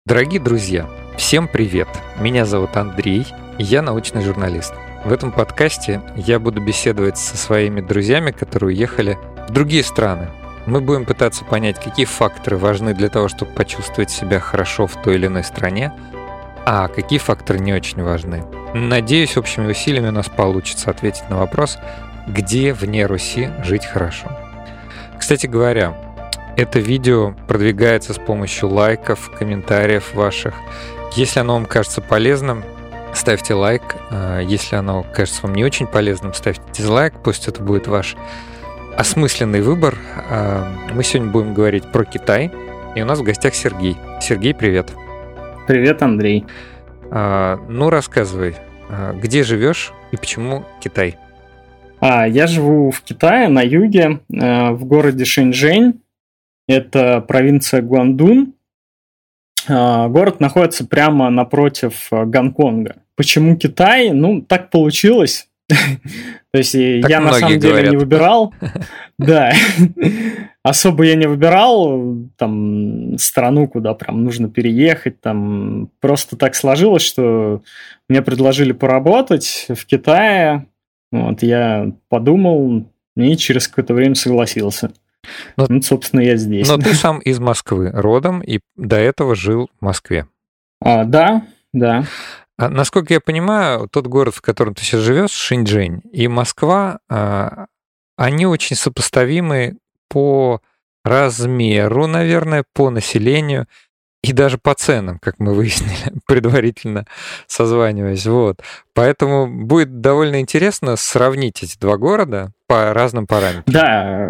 Дорогие друзья, всем привет! Меня зовут Андрей, и я научный журналист. В этом подкасте я буду беседовать со своими друзьями, которые уехали в другие страны. Мы будем пытаться понять, какие факторы важны для того, чтобы почувствовать себя хорошо в той или иной стране, а какие факторы не очень важны. Надеюсь, общими усилиями у нас получится ответить на вопрос, где вне Руси жить хорошо. Кстати говоря, это видео продвигается с помощью лайков, комментариев ваших. Если оно вам кажется полезным, ставьте лайк. Если оно кажется вам не очень полезным, ставьте дизлайк. Пусть это будет ваш осмысленный выбор. Мы сегодня будем говорить про Китай. И у нас в гостях Сергей. Сергей, привет. Привет, Андрей. Рассказывай, где живешь и почему Китай? Я живу в Китае, на юге, в городе Шэньчжэнь. Это провинция Гуандун. Город находится прямо напротив Гонконга. Почему Китай? Так получилось. То есть я на самом деле не выбирал. Да. Особо я не выбирал там страну, куда прям нужно переехать. Там просто так сложилось, что мне предложили поработать в Китае. Я подумал и через какое-то время согласился. Собственно, я здесь. Но ты сам из Москвы родом и до этого жил в Москве. Да. Насколько я понимаю, тот город, в котором ты сейчас живешь, Шэньчжэнь, и Москва, они очень сопоставимы по размеру, наверное, по населению и даже по ценам, как мы выяснили, предварительно созваниваясь. Поэтому будет довольно интересно сравнить эти два города по разным параметрам. Да,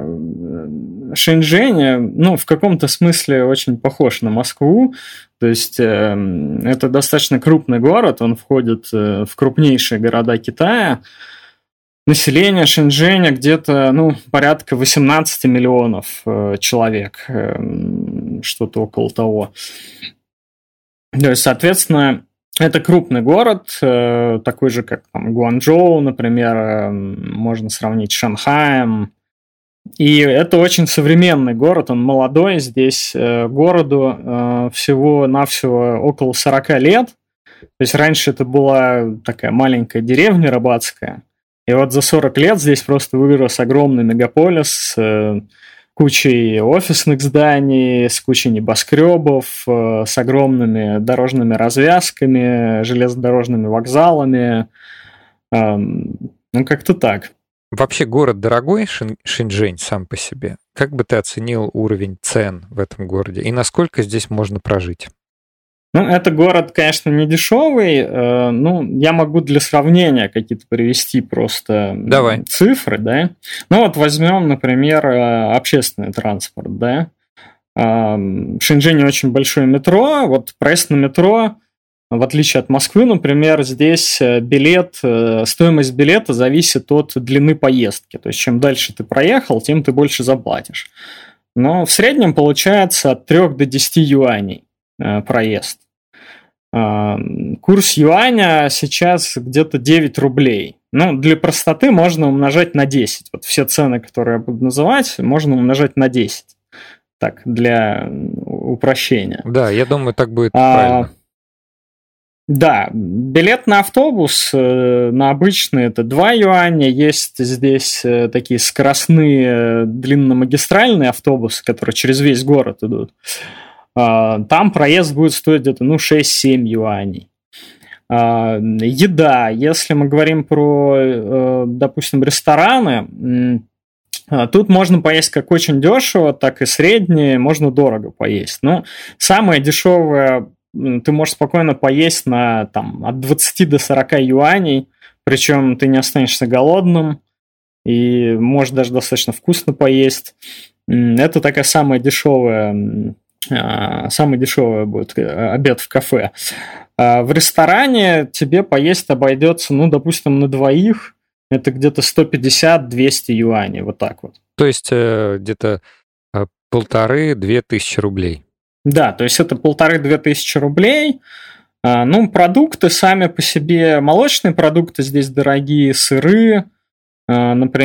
Шэньчжэнь, в каком-то смысле очень похож на Москву. То есть это достаточно крупный город, он входит в крупнейшие города Китая. Население Шэньчжэня где-то, порядка 18 миллионов человек, что-то около того. То есть, соответственно, это крупный город, такой же, как Гуанчжоу, например, можно сравнить с Шанхаем. И это очень современный город, он молодой, здесь городу всего-навсего около 40 лет. То есть раньше это была такая маленькая деревня рыбацкая. И за 40 лет здесь просто вырос огромный мегаполис с кучей офисных зданий, с кучей небоскребов, с огромными дорожными развязками, железнодорожными вокзалами. Как-то так. Вообще город дорогой, Шэньчжэнь сам по себе. Как бы ты оценил уровень цен в этом городе и насколько здесь можно прожить? Это город, конечно, не дешевый. Я могу для сравнения какие-то привести просто Давай. Цифры, да. Возьмем, например, общественный транспорт, да. В Шэньчжэне очень большое метро. Проезд на метро, в отличие от Москвы, например, здесь стоимость билета зависит от длины поездки. То есть, чем дальше ты проехал, тем ты больше заплатишь. Но в среднем получается от 3 до 10 юаней проезд. Курс юаня сейчас где-то 9 рублей. Для простоты можно умножать на 10. Все цены, которые я буду называть, можно умножать на 10. Так, для упрощения. Да, я думаю, так будет правильно. Да, билет на автобус, на обычный, это 2 юаня. Есть здесь такие скоростные длинномагистральные автобусы, которые через весь город идут. Там проезд будет стоить где-то 6-7 юаней. Еда. Если мы говорим про, допустим, рестораны, тут можно поесть как очень дешево, так и среднее, можно дорого поесть. Самое дешевое ты можешь спокойно поесть от 20 до 40 юаней, причем ты не останешься голодным, и можешь даже достаточно вкусно поесть. Это такая самая дешевая... Самый дешевый будет обед в кафе. В ресторане тебе поесть обойдется, допустим, на двоих, это где-то 150-200 юаней, так. То есть где-то 1500-2000 рублей. Да, то есть это 1500-2000 рублей. Продукты сами по себе, молочные продукты здесь дорогие, сыры.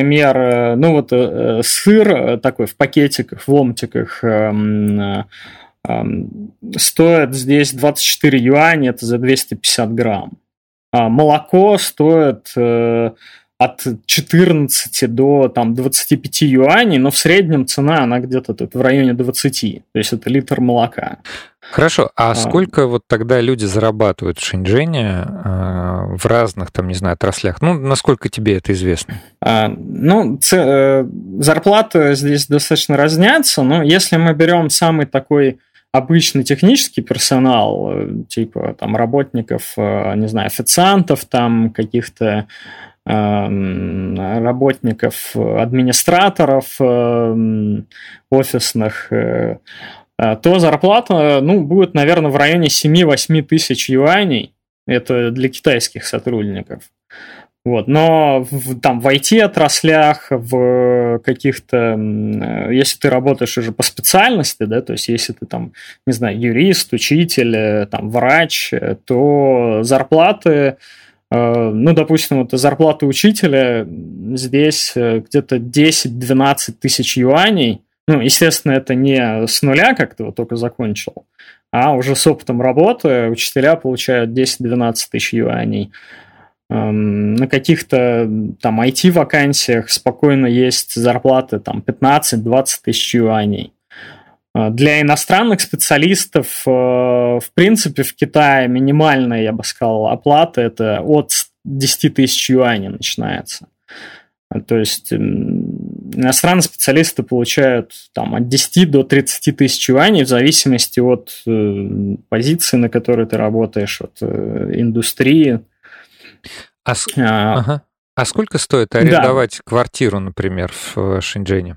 Например, сыр такой в пакетиках, в ломтиках стоит здесь 24 юаня, это за 250 грамм. Молоко стоит от 14 до там, 25 юаней, но в среднем цена, она где-то тут в районе 20. То есть это литр молока. Хорошо, а сколько вот тогда люди зарабатывают в Шэньчжэне в разных, там, не знаю, отраслях? Ну, насколько тебе это известно? Зарплаты здесь достаточно разнятся, но если мы берем самый такой обычный технический персонал, типа там работников, не знаю, официантов, там каких-то работников, администраторов офисных, то зарплата, будет, наверное, в районе 7-8 тысяч юаней. Это для китайских сотрудников. Вот. Но в IT-отраслях, в каких-то, если ты работаешь уже по специальности, да, то есть если ты там, не знаю, юрист, учитель, там, врач, то зарплаты, допустим, вот зарплата учителя здесь где-то 10-12 тысяч юаней. Естественно, это не с нуля, как ты вот только закончил, а уже с опытом работы учителя получают 10-12 тысяч юаней. На каких-то там IT-вакансиях спокойно есть зарплаты там 15-20 тысяч юаней. Для иностранных специалистов, в принципе, в Китае минимальная, я бы сказал, оплата это от 10 тысяч юаней начинается. То есть иностранные специалисты получают там, от 10 до 30 тысяч юаней в зависимости от позиции, на которой ты работаешь, от индустрии. А сколько стоит арендовать квартиру, например, в Шэньчжэне?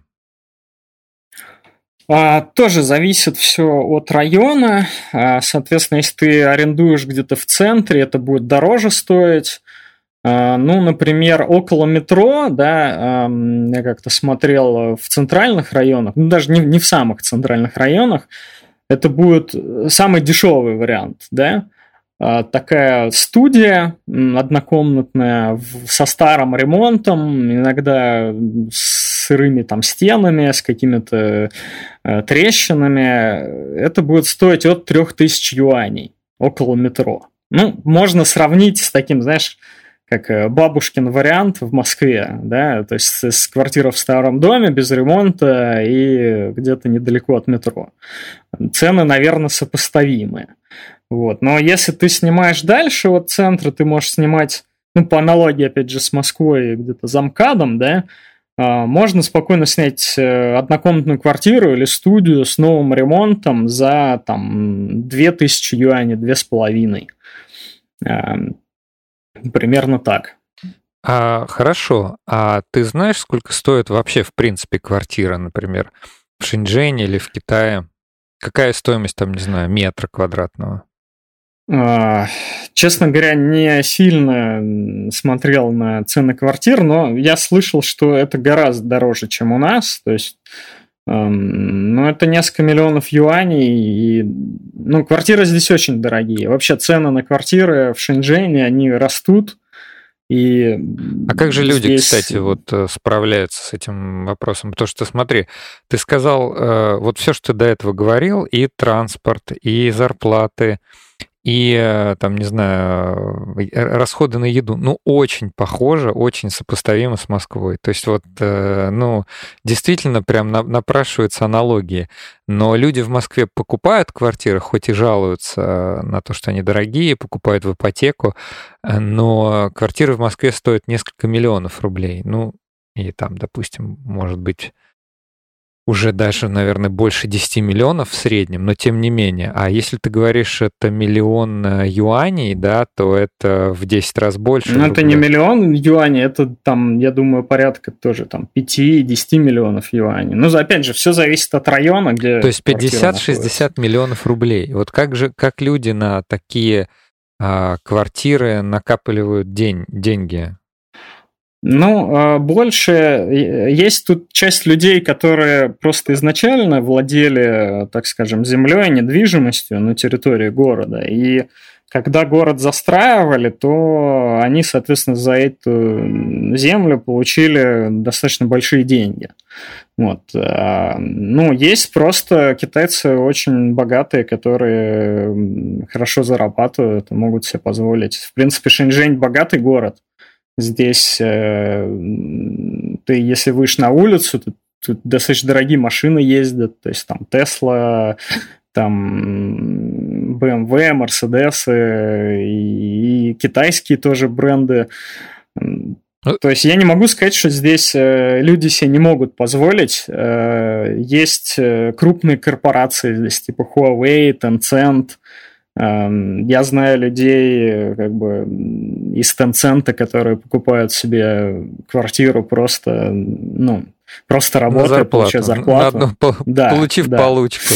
Тоже зависит все от района. Соответственно, если ты арендуешь где-то в центре, это будет дороже стоить. Например, около метро, да, я как-то смотрел в центральных районах, даже не в самых центральных районах, это будет самый дешевый вариант, да. Такая студия однокомнатная со старым ремонтом, иногда с сырыми там стенами, с какими-то трещинами. Это будет стоить от 3000 юаней около метро. Можно сравнить с таким, знаешь, как бабушкин вариант в Москве, да, то есть с квартирой в старом доме, без ремонта и где-то недалеко от метро. Цены, наверное, сопоставимые. Вот. Но если ты снимаешь дальше от центра, ты можешь снимать, по аналогии, опять же, с Москвой, где-то за МКАДом, да, можно спокойно снять однокомнатную квартиру или студию с новым ремонтом за, там, 2000 юаней, 2500. Примерно так. Хорошо. А ты знаешь, сколько стоит вообще, в принципе, квартира, например, в Шэньчжэне или в Китае? Какая стоимость, там, не знаю, метра квадратного? Честно говоря, не сильно смотрел на цены квартир, но я слышал, что это гораздо дороже, чем у нас. То есть, это несколько миллионов юаней. И, квартиры здесь очень дорогие. Вообще цены на квартиры в Шэньчжэне, они растут. И как же люди, кстати, справляются с этим вопросом? Потому что, смотри, ты сказал, вот все, что ты до этого говорил, и транспорт, и зарплаты, и, там, не знаю, расходы на еду, очень похоже, очень сопоставимо с Москвой. То есть действительно прям напрашиваются аналогии. Но люди в Москве покупают квартиры, хоть и жалуются на то, что они дорогие, покупают в ипотеку, но квартиры в Москве стоят несколько миллионов рублей. И там, допустим, может быть, уже даже, наверное, больше 10 миллионов в среднем, но тем не менее. А если ты говоришь, это миллион юаней, да, то это в 10 раз больше. Это не миллион юаней, это там, я думаю, порядка тоже там 5-10 миллионов юаней. Опять же, все зависит от района, где... То есть 50-60 миллионов рублей. Вот как люди на такие квартиры накапливают деньги? Больше есть тут часть людей, которые просто изначально владели, так скажем, землей, недвижимостью на территории города. И когда город застраивали, то они, соответственно, за эту землю получили достаточно большие деньги. Есть просто китайцы очень богатые, которые хорошо зарабатывают и могут себе позволить. В принципе, Шэньчжэнь богатый город. Здесь ты, если выйдешь на улицу, тут достаточно дорогие машины ездят, то есть там Tesla, там BMW, Mercedes и китайские тоже бренды. То есть я не могу сказать, что здесь люди себе не могут позволить. Есть крупные корпорации здесь, типа Huawei, Tencent. Я знаю людей как бы из Tencent, которые покупают себе квартиру просто работая, получая зарплату. Получив получку.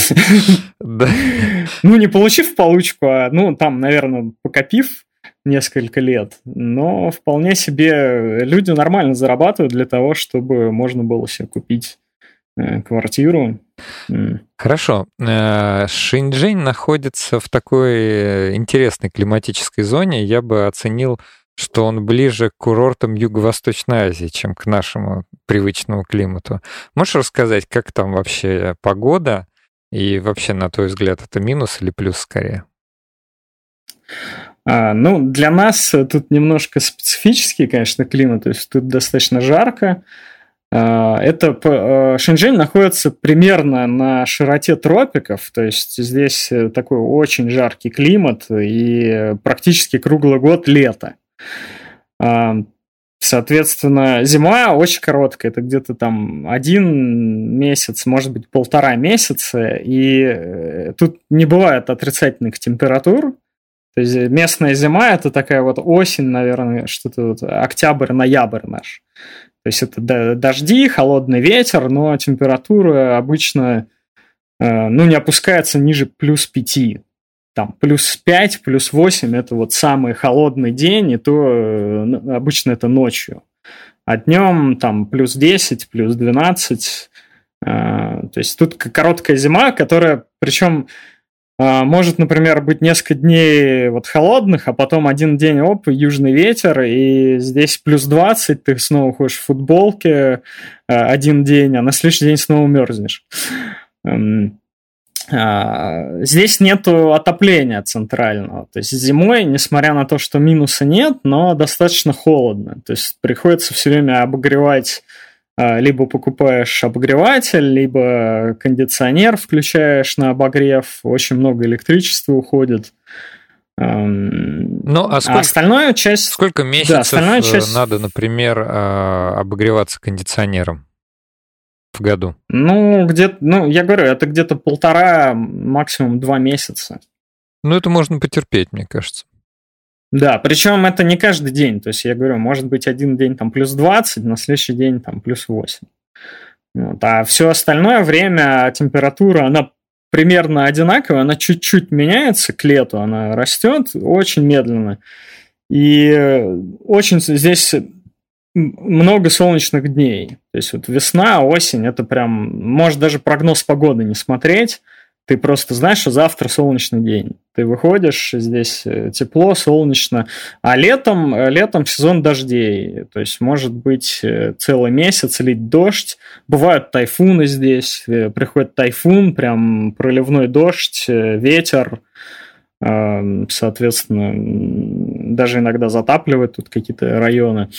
Не получив получку, а там, наверное, покопив несколько лет, но вполне себе люди нормально зарабатывают для того, чтобы можно было себе купить квартиру. Хорошо. Шэньчжэнь находится в такой интересной климатической зоне. Я бы оценил, что он ближе к курортам Юго-Восточной Азии, чем к нашему привычному климату. Можешь рассказать, как там вообще погода? И вообще, на твой взгляд, это минус или плюс скорее? Для нас тут немножко специфический, конечно, климат. То есть тут достаточно жарко. Шэньчжэнь находится примерно на широте тропиков, то есть здесь такой очень жаркий климат и практически круглый год лето. Соответственно, зима очень короткая, это где-то там 1 месяц, может быть, 1,5 месяца, и тут не бывает отрицательных температур. То есть местная зима – это такая вот осень, наверное, что-то вот октябрь-ноябрь наш. То есть это дожди, холодный ветер, но температура обычно не опускается ниже +5. Там +5, +8 – это вот самый холодный день, и то обычно это ночью. А днем там +10, +12. То есть тут короткая зима, которая, причем, может, например, быть несколько дней вот холодных, а потом один день, южный ветер, и здесь +20, ты снова ходишь в футболке один день, а на следующий день снова мерзнешь. Здесь нету отопления центрального. То есть зимой, несмотря на то, что минуса нет, но достаточно холодно. То есть приходится все время обогревать. Либо покупаешь обогреватель, либо кондиционер включаешь на обогрев. Очень много электричества уходит. Остальная часть... Сколько месяцев надо, например, обогреваться кондиционером в году? Я говорю, это где-то 1,5, максимум 2 месяца. Это можно потерпеть, мне кажется. Да, причем это не каждый день. То есть, я говорю, может быть, один день там +20, на следующий день там +8. А все остальное время температура, она примерно одинаковая, она чуть-чуть меняется к лету, она растет очень медленно. И очень здесь много солнечных дней. То есть, вот весна, осень, это прям... Можешь даже прогноз погоды не смотреть. Ты просто знаешь, что завтра солнечный день. Ты выходишь, здесь тепло, солнечно. А летом сезон дождей. То есть, может быть, целый месяц лить дождь. Бывают тайфуны здесь. Приходит тайфун, прям проливной дождь, ветер. Соответственно, даже иногда затапливает тут какие-то районы.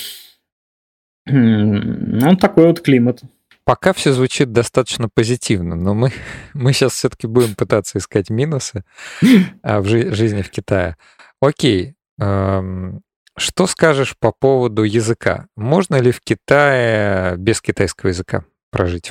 Такой вот климат. Пока все звучит достаточно позитивно, но мы сейчас все-таки будем пытаться искать минусы в жизни в Китае. Окей. Что скажешь по поводу языка? Можно ли в Китае без китайского языка прожить?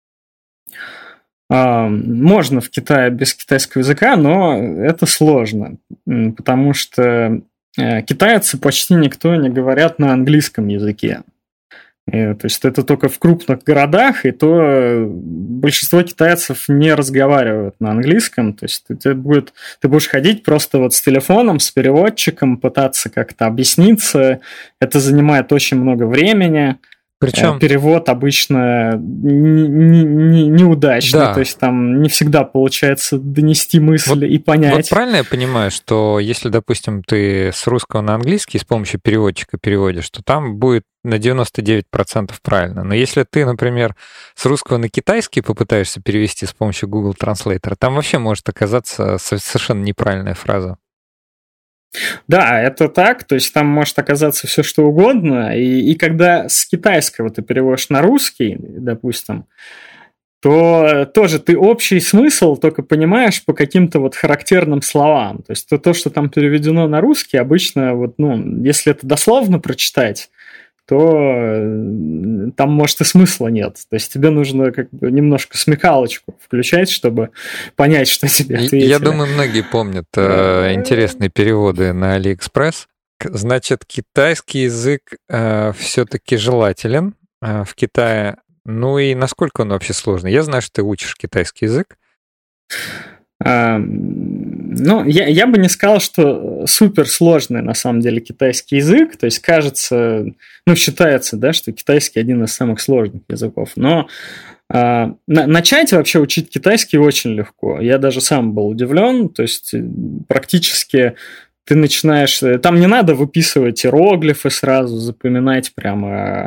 Можно в Китае без китайского языка, но это сложно, потому что китайцы почти никто не говорят на английском языке. То есть это только в крупных городах, и то большинство китайцев не разговаривают на английском. То есть ты будешь ходить просто вот с телефоном, с переводчиком, пытаться как-то объясниться. Это занимает очень много времени. Причем перевод обычно неудачный, да. То есть там не всегда получается донести мысль и понять. Вот правильно я понимаю, что если, допустим, ты с русского на английский с помощью переводчика переводишь, то там будет на 99% правильно. Но если ты, например, с русского на китайский попытаешься перевести с помощью Google Translator, там вообще может оказаться совершенно неправильная фраза. Да, это так, то есть там может оказаться все что угодно, и когда с китайского ты переводишь на русский, допустим, то тоже ты общий смысл только понимаешь по каким-то вот характерным словам. То есть то, что там переведено на русский, обычно, вот, если это дословно прочитать, то там, может, и смысла нет. То есть тебе нужно как бы немножко смекалочку включать, чтобы понять, что тебе ответили. Я думаю, многие помнят интересные переводы на AliExpress. Значит, китайский язык все-таки желателен в Китае. Ну и насколько он вообще сложный? Я знаю, что ты учишь китайский язык. Я бы не сказал, что суперсложный на самом деле китайский язык. То есть кажется, считается, да, что китайский один из самых сложных языков. Но начать вообще учить китайский очень легко. Я даже сам был удивлен. То есть практически ты начинаешь... Там не надо выписывать иероглифы сразу, запоминать прямо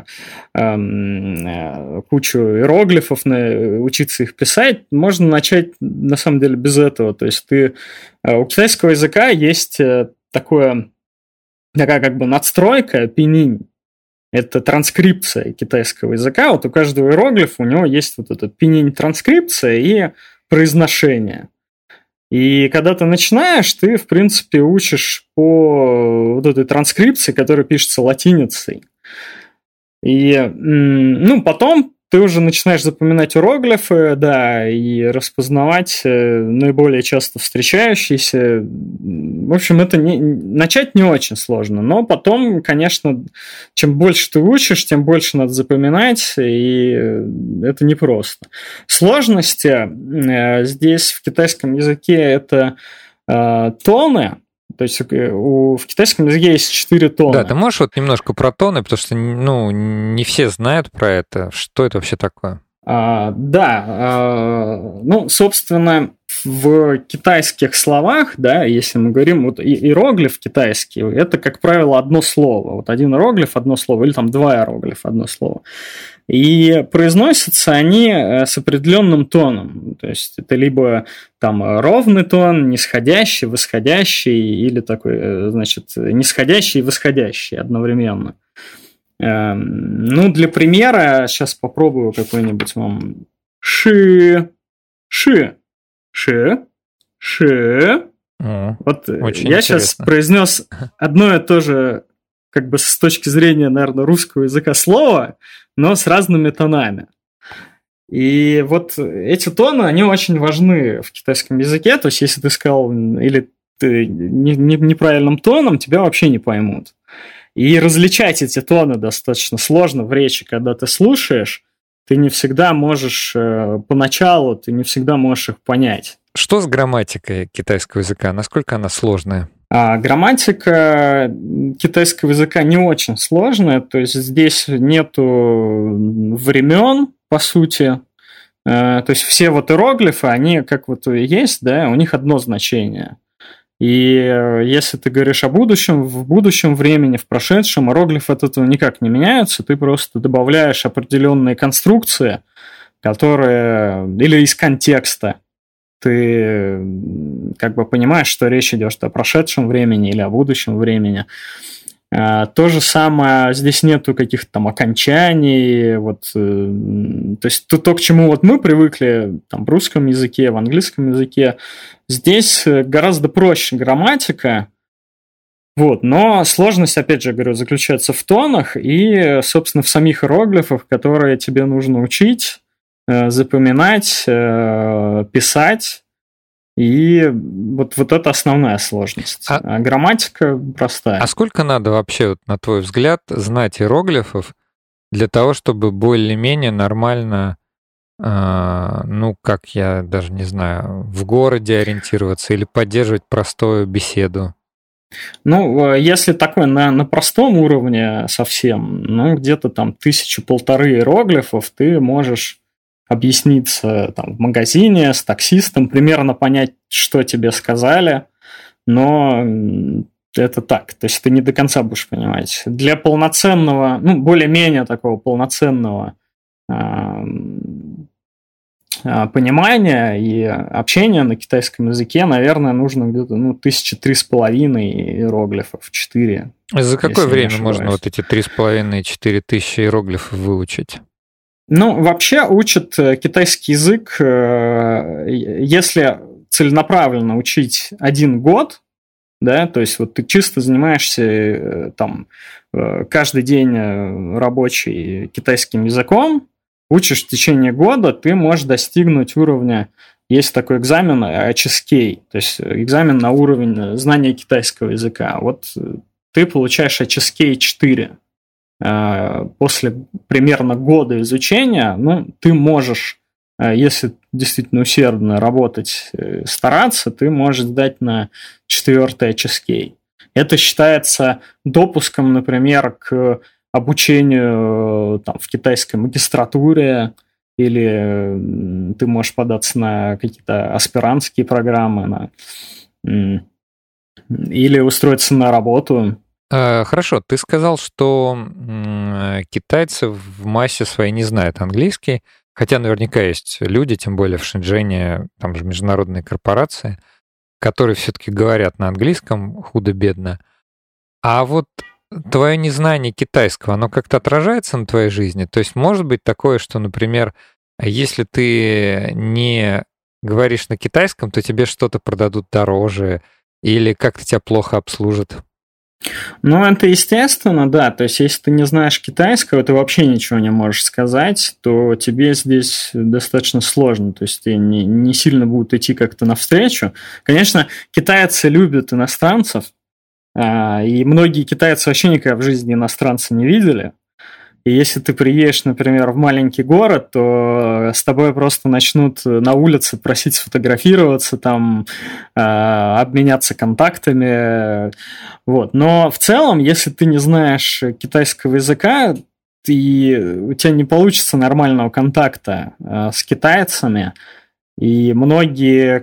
кучу иероглифов, учиться их писать. Можно начать, на самом деле, без этого. То есть у китайского языка есть такая как бы надстройка, пининь. Это транскрипция китайского языка. Вот у каждого иероглифа у него есть вот эта пининь-транскрипция и произношение. И когда ты начинаешь, ты, в принципе, учишь по вот этой транскрипции, которая пишется латиницей. И, потом ты уже начинаешь запоминать иероглифы, да, и распознавать наиболее часто встречающиеся. В общем, начать не очень сложно, но потом, конечно, чем больше ты учишь, тем больше надо запоминать, и это непросто. Сложности здесь в китайском языке это тоны. То есть в китайском языке есть 4 тона. Да, ты можешь вот немножко про тоны, потому что не все знают про это. Что это вообще такое? Собственно, в китайских словах, да, если мы говорим, вот иероглиф китайский, это, как правило, одно слово. Вот один иероглиф – одно слово, или там 2 иероглифа – одно слово. И произносятся они с определенным тоном. То есть это либо там ровный тон, нисходящий, восходящий, или такой, значит, нисходящий и восходящий одновременно. Для примера сейчас попробую какой-нибудь вам ши. Вот я сейчас произнес одно и то же, как бы с точки зрения, наверное, русского языка слово, но с разными тонами. И вот эти тоны, они очень важны в китайском языке. То есть, если ты сказал или ты неправильным тоном, тебя вообще не поймут. И различать эти тоны достаточно сложно в речи, когда ты слушаешь. Ты не всегда можешь поначалу, ты не всегда можешь их понять. Что с грамматикой китайского языка? Насколько она сложная? Грамматика китайского языка не очень сложная, то есть здесь нету времен, по сути. То есть все вот иероглифы, они как вот есть, да, у них одно значение. И если ты говоришь о будущем, в будущем времени, в прошедшем, иероглифы от этого никак не меняются, ты просто добавляешь определенные конструкции, которые или из контекста, ты как бы понимаешь, что речь идет о прошедшем времени или о будущем времени. То же самое, здесь нету каких-то там окончаний, вот, то есть то, к чему вот мы привыкли там, в русском языке, в английском языке, здесь гораздо проще грамматика, вот, но сложность, опять же, говорю, заключается в тонах и, собственно, в самих иероглифах, которые тебе нужно учить, запоминать, писать. И вот это основная сложность. А грамматика простая. А сколько надо вообще, на твой взгляд, знать иероглифов, для того, чтобы более-менее нормально, как я даже не знаю, в городе ориентироваться или поддерживать простую беседу? Если такой на простом уровне совсем, где-то там 1000-1500 иероглифов, ты можешь объясниться там в магазине с таксистом, примерно понять, что тебе сказали, но это так, то есть ты не до конца будешь понимать. Для полноценного, более-менее такого полноценного понимания и общения на китайском языке, наверное, нужно где-то 3,5 иероглифов, 4. За какое время можно вот эти 3,5-4 тысячи иероглифов выучить? Вообще учат китайский язык, если целенаправленно учить 1 год, да, то есть вот ты чисто занимаешься там каждый день рабочий китайским языком, учишь в течение года, ты можешь достигнуть уровня, есть такой экзамен HSK, то есть экзамен на уровень знания китайского языка. Вот ты получаешь HSK 4. После примерно года изучения, ты можешь, если действительно усердно работать, стараться, ты можешь сдать на 4 HSK. Это считается допуском, например, к обучению там, в китайской магистратуре, или ты можешь податься на какие-то аспирантские программы, или устроиться на работу. Хорошо, ты сказал, что китайцы в массе своей не знают английский, хотя наверняка есть люди, тем более в Шэньчжэне, там же международные корпорации, которые все-таки говорят на английском худо-бедно. А вот твое незнание китайского, оно как-то отражается на твоей жизни? То есть может быть такое, что, например, если ты не говоришь на китайском, то тебе что-то продадут дороже или как-то тебя плохо обслужат? Это естественно, да. То есть, если ты не знаешь китайского, ты вообще ничего не можешь сказать, то тебе здесь достаточно сложно. То есть, тебе не сильно будут идти как-то навстречу. Конечно, китайцы любят иностранцев, и многие китайцы вообще никогда в жизни иностранца не видели. И если ты приедешь, например, в маленький город, то с тобой просто начнут на улице просить сфотографироваться, там, обменяться контактами. Вот. Но в целом, если ты не знаешь китайского языка, у тебя не получится нормального контакта с китайцами. И многие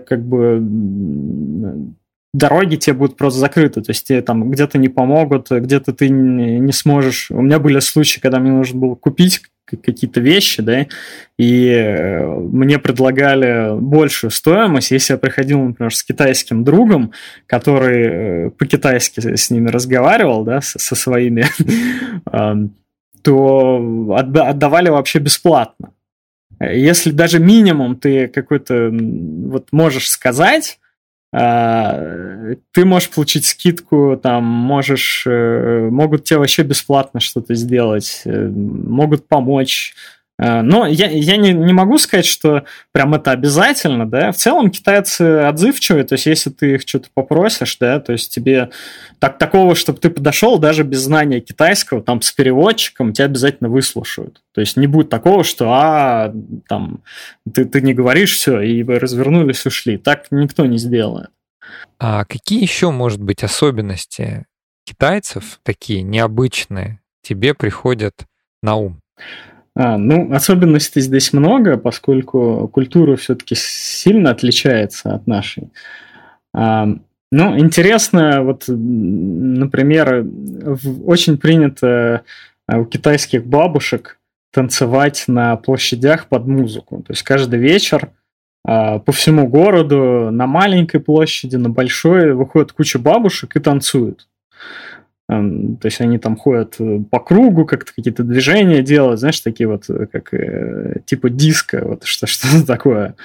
дороги тебе будут просто закрыты, то есть тебе там где-то не помогут, где-то ты не сможешь. У меня были случаи, когда мне нужно было купить какие-то вещи, да, и мне предлагали большую стоимость, если я приходил, например, с китайским другом, который по-китайски с ними разговаривал, да, со своими, то отдавали вообще бесплатно. Если даже минимум ты какой-то можешь сказать, ты можешь получить скидку, там, могут тебе вообще бесплатно что-то сделать, могут помочь. Но я не могу сказать, что прям это обязательно, да. В целом китайцы отзывчивые, то есть если ты их что-то попросишь, да, то есть тебе такого, чтобы ты подошел даже без знания китайского, там, с переводчиком, тебя обязательно выслушают. То есть не будет такого, что ты не говоришь, все, и вы развернулись, ушли. Так никто не сделает. А какие еще, может быть, особенности китайцев, такие необычные, тебе приходят на ум? Особенностей здесь много, поскольку культура все-таки сильно отличается от нашей. Интересно, например, очень принято у китайских бабушек танцевать на площадях под музыку. То есть каждый вечер по всему городу на маленькой площади, на большой выходит куча бабушек и танцуют. То есть они там ходят по кругу, как-то какие-то движения делают, знаешь, такие как типа диско, что-то такое.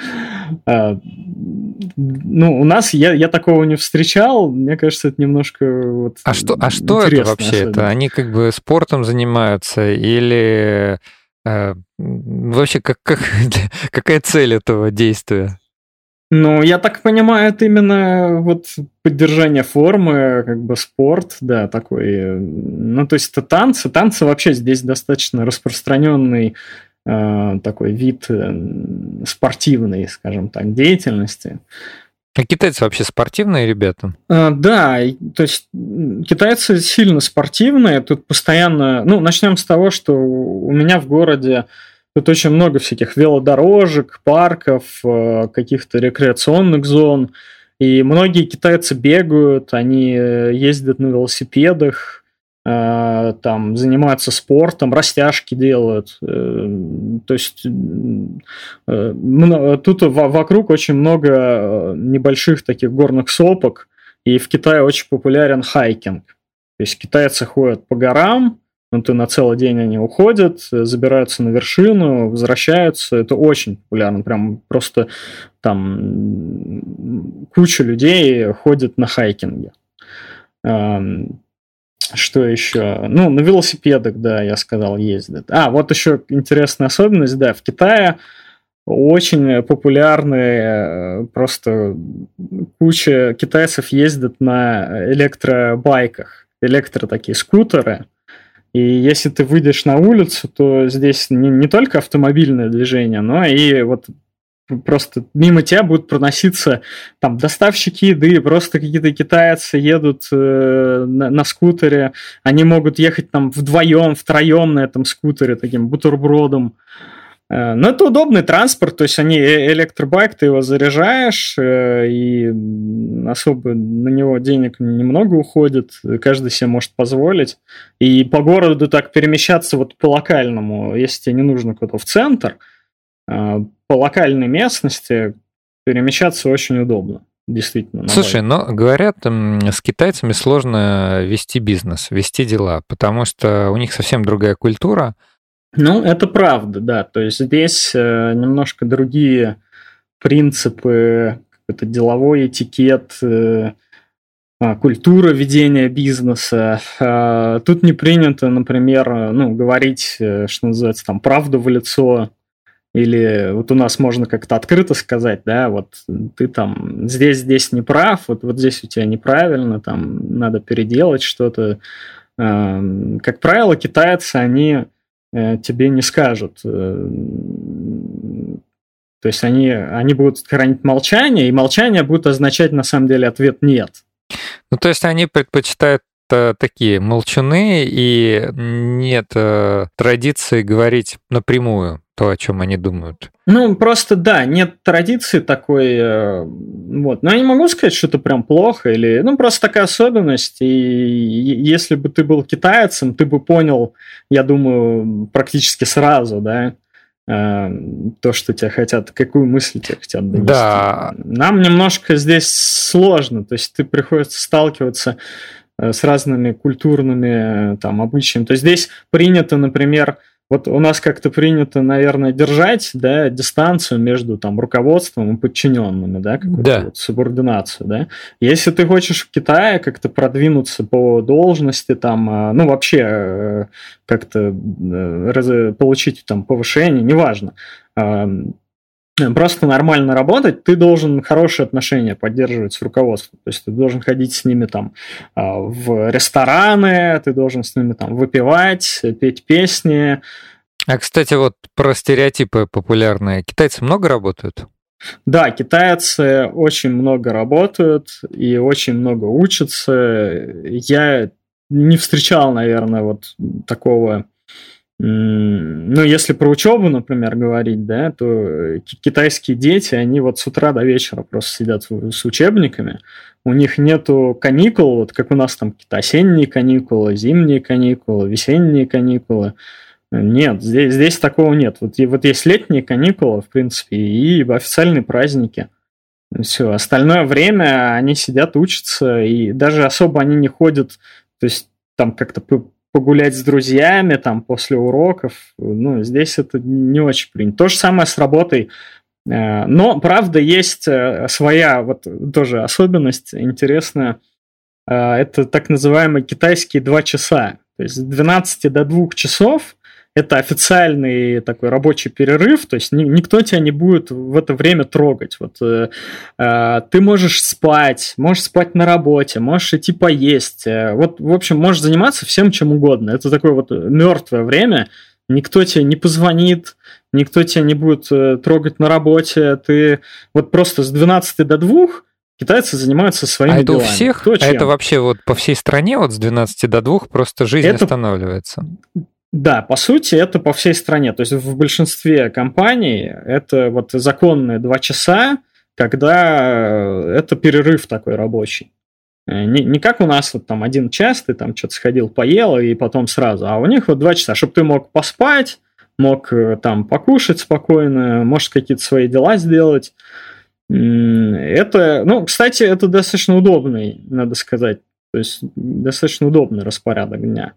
У нас я такого не встречал, мне кажется, это немножко А что это вообще? Это они как бы спортом занимаются или вообще какая цель этого действия? Ну, я так понимаю, это именно вот поддержание формы, как бы спорт, да, такой. Ну, то есть это танцы. Танцы вообще здесь достаточно распространенный такой вид спортивной, скажем так, деятельности. А китайцы вообще спортивные ребята? Да, то есть китайцы сильно спортивные. Тут постоянно... Ну, начнем с того, что у меня в городе тут очень много всяких велодорожек, парков, каких-то рекреационных зон. И многие китайцы бегают, они ездят на велосипедах, там занимаются спортом, растяжки делают. То есть тут вокруг очень много небольших таких горных сопок, и в Китае очень популярен хайкинг. То есть китайцы ходят по горам, и на целый день они уходят, забираются на вершину, возвращаются. Это очень популярно. Прям просто там куча людей ходит на хайкинге. Что еще? Ну, на велосипедах, да, я сказал, ездят. Вот еще интересная особенность, да, в Китае очень популярны, просто куча китайцев ездят на электробайках, такие скутеры. И если ты выйдешь на улицу, то здесь не только автомобильное движение, но и вот просто мимо тебя будут проноситься там доставщики еды, просто какие-то китайцы едут на скутере, они могут ехать там вдвоем, втроем на этом скутере, таким бутербродом. Но это удобный транспорт, то есть они электробайк, ты его заряжаешь, и особо на него денег немного уходит, каждый себе может позволить. И по городу так перемещаться вот по локальному, если тебе не нужно куда-то в центр, по локальной местности перемещаться очень удобно. Действительно. Слушай, но говорят, с китайцами сложно вести бизнес, вести дела, потому что у них совсем другая культура. Ну, это правда, да. То есть здесь немножко другие принципы, какой-то деловой этикет, культура ведения бизнеса. Тут не принято, например, говорить, что называется, там, правду в лицо. Или вот у нас можно как-то открыто сказать, да, вот ты там здесь не прав, вот здесь у тебя неправильно, там надо переделать что-то. Как правило, китайцы, они тебе не скажут. То есть они будут хранить молчание, и молчание будет означать на самом деле ответ «нет». Ну, то есть они предпочитают такие молчуны, и нет традиции говорить напрямую то, о чем они думают. Ну, просто, да, нет традиции такой, вот. Но я не могу сказать, что это прям плохо, или, просто такая особенность, и если бы ты был китайцем, ты бы понял, я думаю, практически сразу, да, то, что тебя хотят, какую мысль тебе хотят донести. Да. Нам немножко здесь сложно, то есть ты приходится сталкиваться с разными культурными там обычаями. То есть здесь принято, например, вот у нас как-то принято, наверное, держать, да, дистанцию между там руководством и подчиненными, да, какую-то вот субординацию, да. Если ты хочешь в Китае как-то продвинуться по должности, там, вообще как-то получить там повышение, неважно, просто нормально работать, ты должен хорошие отношения поддерживать с руководством. То есть ты должен ходить с ними там в рестораны, ты должен с ними там выпивать, петь песни. А, кстати, вот про стереотипы популярные. Китайцы много работают? Да, китайцы очень много работают и очень много учатся. Я не встречал, наверное, вот такого... если про учебу, например, говорить, да, то китайские дети, они вот с утра до вечера просто сидят с учебниками, у них нету каникул, вот как у нас там какие-то осенние каникулы, зимние каникулы, весенние каникулы. Нет, здесь такого нет. Вот есть летние каникулы, в принципе, и официальные праздники. Все, остальное время они сидят, учатся, и даже особо они не ходят, то есть там как-то погулять с друзьями там после уроков, здесь это не очень принято. То же самое с работой. Но, правда, есть своя вот тоже особенность интересная. Это так называемые китайские 2 часа. То есть с 12 до 2 часов это официальный такой рабочий перерыв, то есть никто тебя не будет в это время трогать. Вот ты можешь спать на работе, можешь идти поесть. Вот, в общем, можешь заниматься всем чем угодно. Это такое вот мертвое время. Никто тебе не позвонит, никто тебя не будет трогать на работе. Ты вот просто с 12 до 2 китайцы занимаются своими делами. А это у всех? А это вообще вот по всей стране вот с 12 до 2 просто жизнь останавливается? Да, по сути, это по всей стране. То есть в большинстве компаний это вот законные 2 часа, когда это перерыв такой рабочий. Не как у нас вот там 1 час, ты там что-то сходил, поел, и потом сразу. А у них вот 2 часа, чтобы ты мог поспать, мог там покушать спокойно, можешь какие-то свои дела сделать. Это, ну, кстати, это достаточно удобный, надо сказать. То есть достаточно удобный распорядок дня.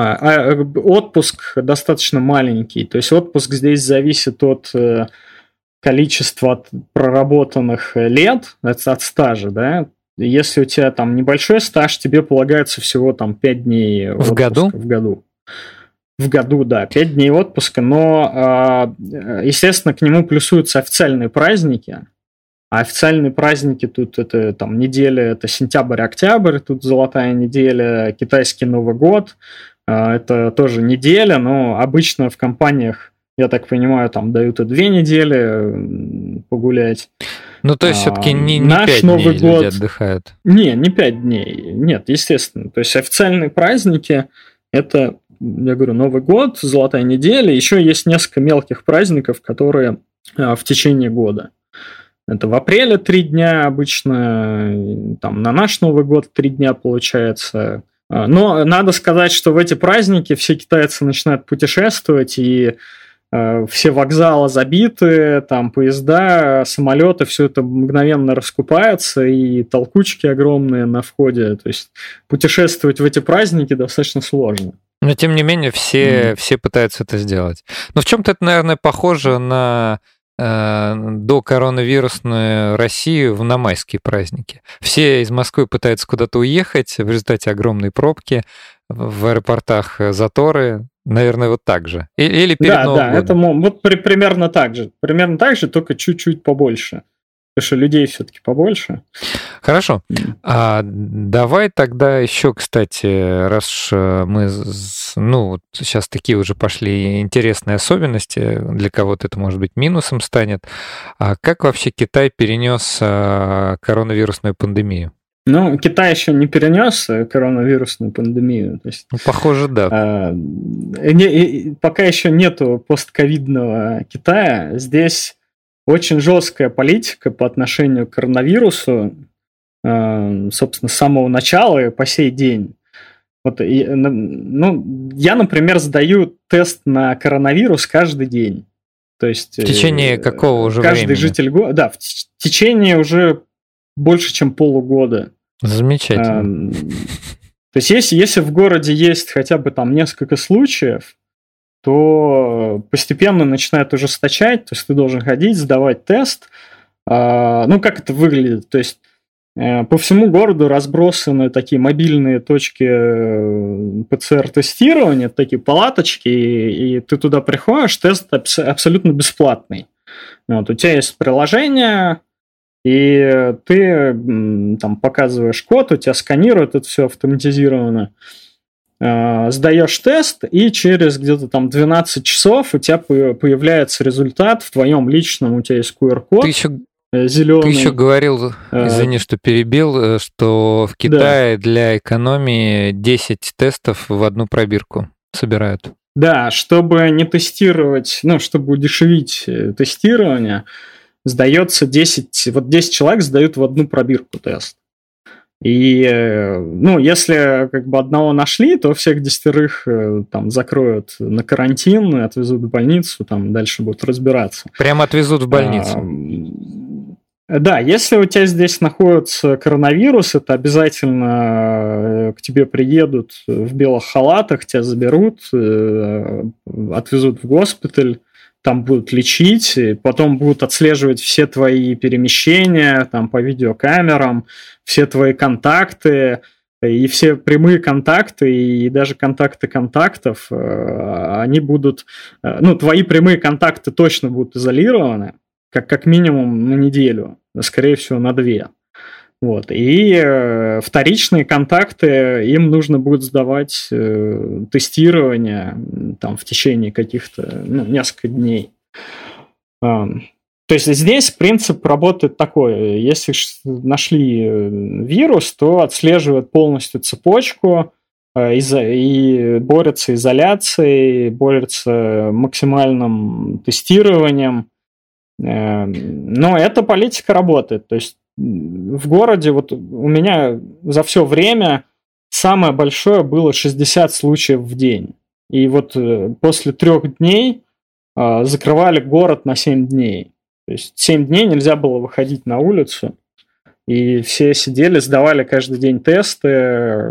Отпуск достаточно маленький. То есть отпуск здесь зависит от количества проработанных лет, от стажа, да. Если у тебя там небольшой стаж, тебе полагается всего там 5 дней в году? В году. В году, да, 5 дней отпуска, но, естественно, к нему плюсуются официальные праздники. А официальные праздники тут это там неделя, это сентябрь-октябрь, тут золотая неделя, китайский Новый год, это тоже неделя, но обычно в компаниях, я так понимаю, там дают и 2 недели погулять. Ну, то есть все-таки не наш 5 Новый дней год люди отдыхают? Не 5 дней, нет, естественно. То есть официальные праздники, это, я говорю, Новый год, золотая неделя, еще есть несколько мелких праздников, которые в течение года. Это в апреле 3 дня обычно, там на наш Новый год 3 дня получается. Но надо сказать, что в эти праздники все китайцы начинают путешествовать, и все вокзалы забиты, там поезда, самолеты, все это мгновенно раскупается, и толкучки огромные на входе. То есть путешествовать в эти праздники достаточно сложно. Но тем не менее все пытаются это сделать. Но в чем-то это, наверное, похоже на до коронавирусную Россию на майские праздники. Все из Москвы пытаются куда-то уехать, в результате огромной пробки, в аэропортах заторы. Наверное, вот так же. Или перед Новым годом. Это вот примерно так же. Примерно так же, только чуть-чуть побольше. Потому что людей все-таки побольше. Хорошо. Давай тогда еще, кстати, раз мы, ну, сейчас такие уже пошли интересные особенности, для кого-то это, может быть, минусом станет. Как вообще Китай перенес коронавирусную пандемию? Ну, Китай еще не перенес коронавирусную пандемию. То есть, похоже, да. Пока еще нету постковидного Китая. Здесь очень жесткая политика по отношению к коронавирусу, собственно, с самого начала и по сей день. Вот, ну, я, например, сдаю тест на коронавирус каждый день. То есть, в течение какого уже каждый времени? Житель года, да, в течение уже больше, чем полугода. Замечательно. То есть, если в городе есть хотя бы там несколько случаев, то постепенно начинает ужесточать, то есть ты должен ходить, сдавать тест. Ну, как это выглядит? То есть по всему городу разбросаны такие мобильные точки ПЦР-тестирования, такие палаточки, и ты туда приходишь, тест абсолютно бесплатный. Вот, у тебя есть приложение, и ты там показываешь код, у тебя сканируют, это все автоматизировано. Сдаешь тест, и через где-то там 12 часов у тебя появляется результат в твоем личном, у тебя есть QR-код зеленый. Ты еще говорил, извини, что перебил, что в Китае для экономии 10 тестов в одну пробирку собирают. Да, чтобы не тестировать, ну, чтобы удешевить тестирование, сдается 10 человек сдают в одну пробирку тест. И, ну, если как бы одного нашли, то всех 10 там закроют на карантин, отвезут в больницу, там дальше будут разбираться. Прямо отвезут в больницу? Да, если у тебя здесь находится коронавирус, это обязательно к тебе приедут в белых халатах, тебя заберут, отвезут в госпиталь, там будут лечить, потом будут отслеживать все твои перемещения там, по видеокамерам, все твои контакты, и все прямые контакты, и даже контакты контактов, они будут... твои прямые контакты точно будут изолированы, как минимум на неделю, скорее всего, на 2. Вот. И вторичные контакты, им нужно будет сдавать тестирование там, в течение каких-то нескольких дней. То есть здесь принцип работает такой. Если нашли вирус, то отслеживают полностью цепочку и борются изоляцией, борются максимальным тестированием. Но эта политика работает. То есть в городе вот у меня за все время самое большое было 60 случаев в день. И вот после 3 дней закрывали город на 7 дней. То есть 7 дней нельзя было выходить на улицу, и все сидели, сдавали каждый день тесты,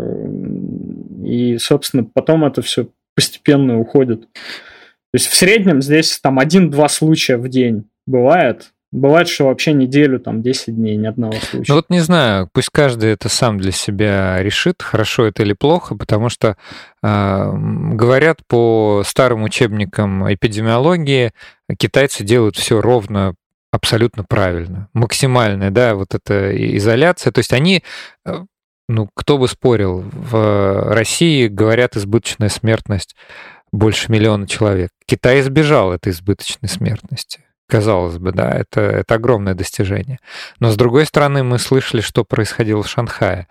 и, собственно, потом это все постепенно уходит. То есть в среднем здесь там 1-2 случая в день бывает. Бывает, что вообще неделю, там 10 дней, ни одного случая. Ну вот не знаю, пусть каждый это сам для себя решит, хорошо это или плохо, потому что говорят по старым учебникам эпидемиологии, китайцы делают все ровно, абсолютно правильно, максимальная, да, вот эта изоляция. То есть они, кто бы спорил, в России, говорят, избыточная смертность больше 1 миллиона человек. Китай избежал этой избыточной смертности. Казалось бы, да, это огромное достижение. Но, с другой стороны, мы слышали, что происходило в Шанхае.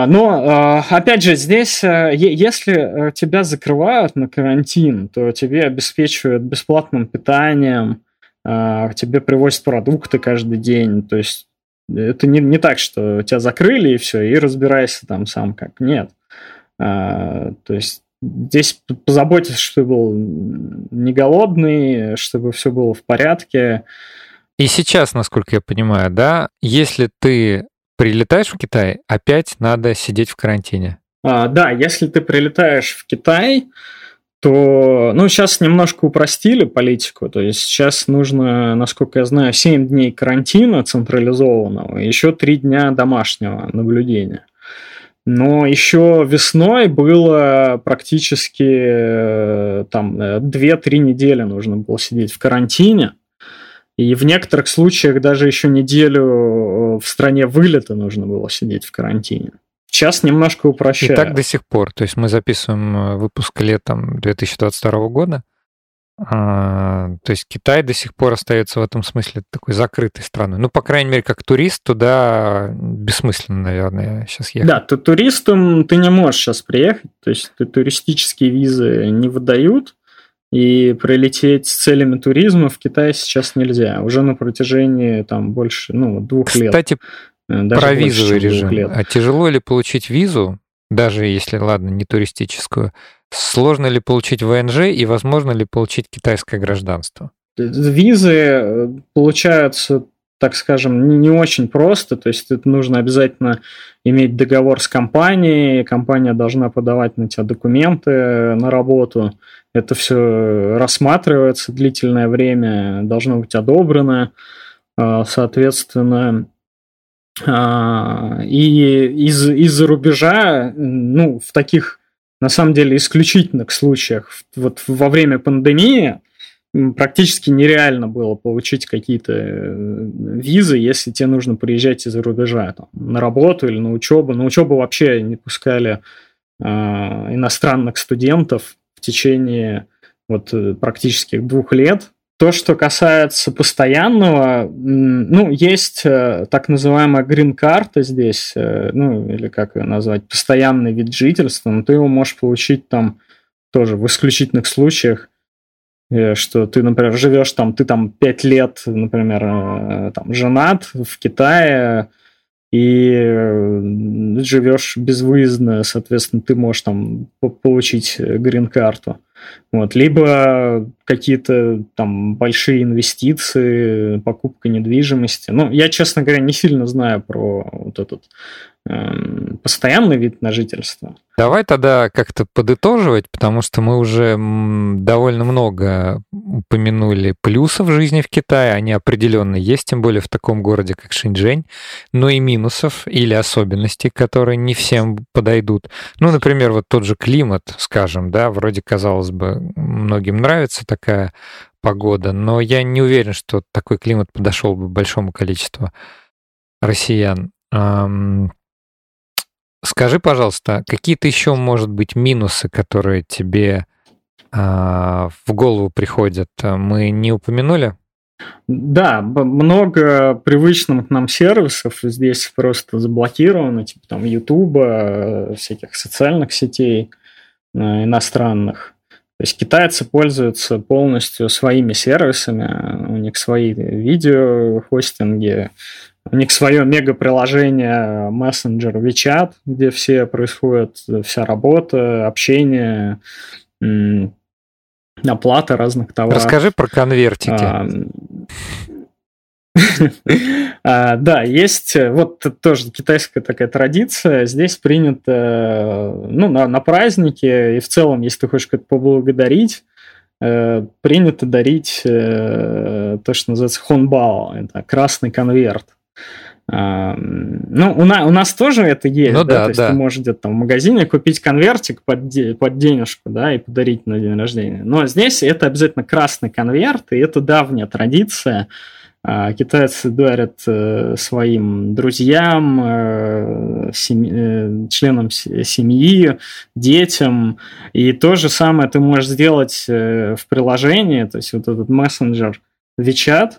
Опять же, здесь, если тебя закрывают на карантин, то тебе обеспечивают бесплатным питанием, тебе привозят продукты каждый день. То есть это не так, что тебя закрыли и все, и разбирайся там сам как. Нет. То есть здесь позаботиться, чтобы был не голодный, чтобы все было в порядке. И сейчас, насколько я понимаю, да, если ты прилетаешь в Китай, опять надо сидеть в карантине. Да, если ты прилетаешь в Китай, то, сейчас немножко упростили политику, то есть сейчас нужно, насколько я знаю, 7 дней карантина централизованного, и еще 3 дня домашнего наблюдения. Но еще весной было практически там 2-3 недели нужно было сидеть в карантине, и в некоторых случаях даже еще неделю в стране вылета нужно было сидеть в карантине. Сейчас немножко упрощают. И так до сих пор. То есть мы записываем выпуск летом 2022 года. То есть Китай до сих пор остается в этом смысле такой закрытой страной. Ну, по крайней мере, как турист туда бессмысленно, наверное, сейчас ехать. Да, туристам ты не можешь сейчас приехать. То есть туристические визы не выдают. И прилететь с целями туризма в Китай сейчас нельзя. Уже на протяжении там больше 2 лет. Кстати, про визовый режим. А тяжело ли получить визу, даже если, ладно, не туристическую? Сложно ли получить ВНЖ и возможно ли получить китайское гражданство? Визы получаются, так скажем, не очень просто. То есть это нужно обязательно иметь договор с компанией. Компания должна подавать на тебя документы на работу. Это все рассматривается длительное время, должно быть одобрено. Соответственно, и из-за рубежа, в таких, на самом деле, исключительных случаях, вот во время пандемии практически нереально было получить какие-то визы, если тебе нужно приезжать из-за рубежа там, на работу или на учебу. На учебу вообще не пускали иностранных студентов в течение практически 2 лет. То, что касается постоянного, есть так называемая грин-карта здесь, или как ее назвать, постоянный вид жительства, но ты его можешь получить там тоже в исключительных случаях, что ты, например, живешь там, ты там 5 лет, например, там, женат в Китае, и живешь безвыездно, соответственно, ты можешь там получить грин-карту. Либо какие-то там большие инвестиции, покупка недвижимости. Ну, я, честно говоря, не сильно знаю про вот этот постоянный вид на жительство. Давай тогда как-то подытоживать, потому что мы уже довольно много упомянули плюсов жизни в Китае, они определенно есть, тем более в таком городе, как Шэньчжэнь, но и минусов или особенностей, которые не всем подойдут. Ну, например, вот тот же климат, скажем, да, вроде, казалось бы, многим нравится такая погода, но я не уверен, что такой климат подошел бы большому количеству россиян. Скажи, пожалуйста, какие-то еще, может быть, минусы, которые тебе в голову приходят, мы не упомянули? Да, много привычных нам сервисов здесь просто заблокировано, типа там Ютуба, всяких социальных сетей иностранных. То есть китайцы пользуются полностью своими сервисами, у них свои видеохостинги, у них свое мега-приложение мессенджер WeChat, где происходит вся работа, общение, оплата разных товаров. Расскажи про конвертики. Да, есть вот тоже китайская такая традиция. Здесь принято, ну, на праздники, и в целом, если ты хочешь как-то поблагодарить, принято дарить то, что называется хонбао, это красный конверт. Ну, у нас тоже это есть, ну, да, то есть ты можешь где-то там в магазине купить конвертик под денежку, да, и подарить на день рождения. Но здесь это обязательно красный конверт, и это давняя традиция. Китайцы дарят своим друзьям, членам семьи, детям, и то же самое ты можешь сделать в приложении, то есть вот этот мессенджер WeChat,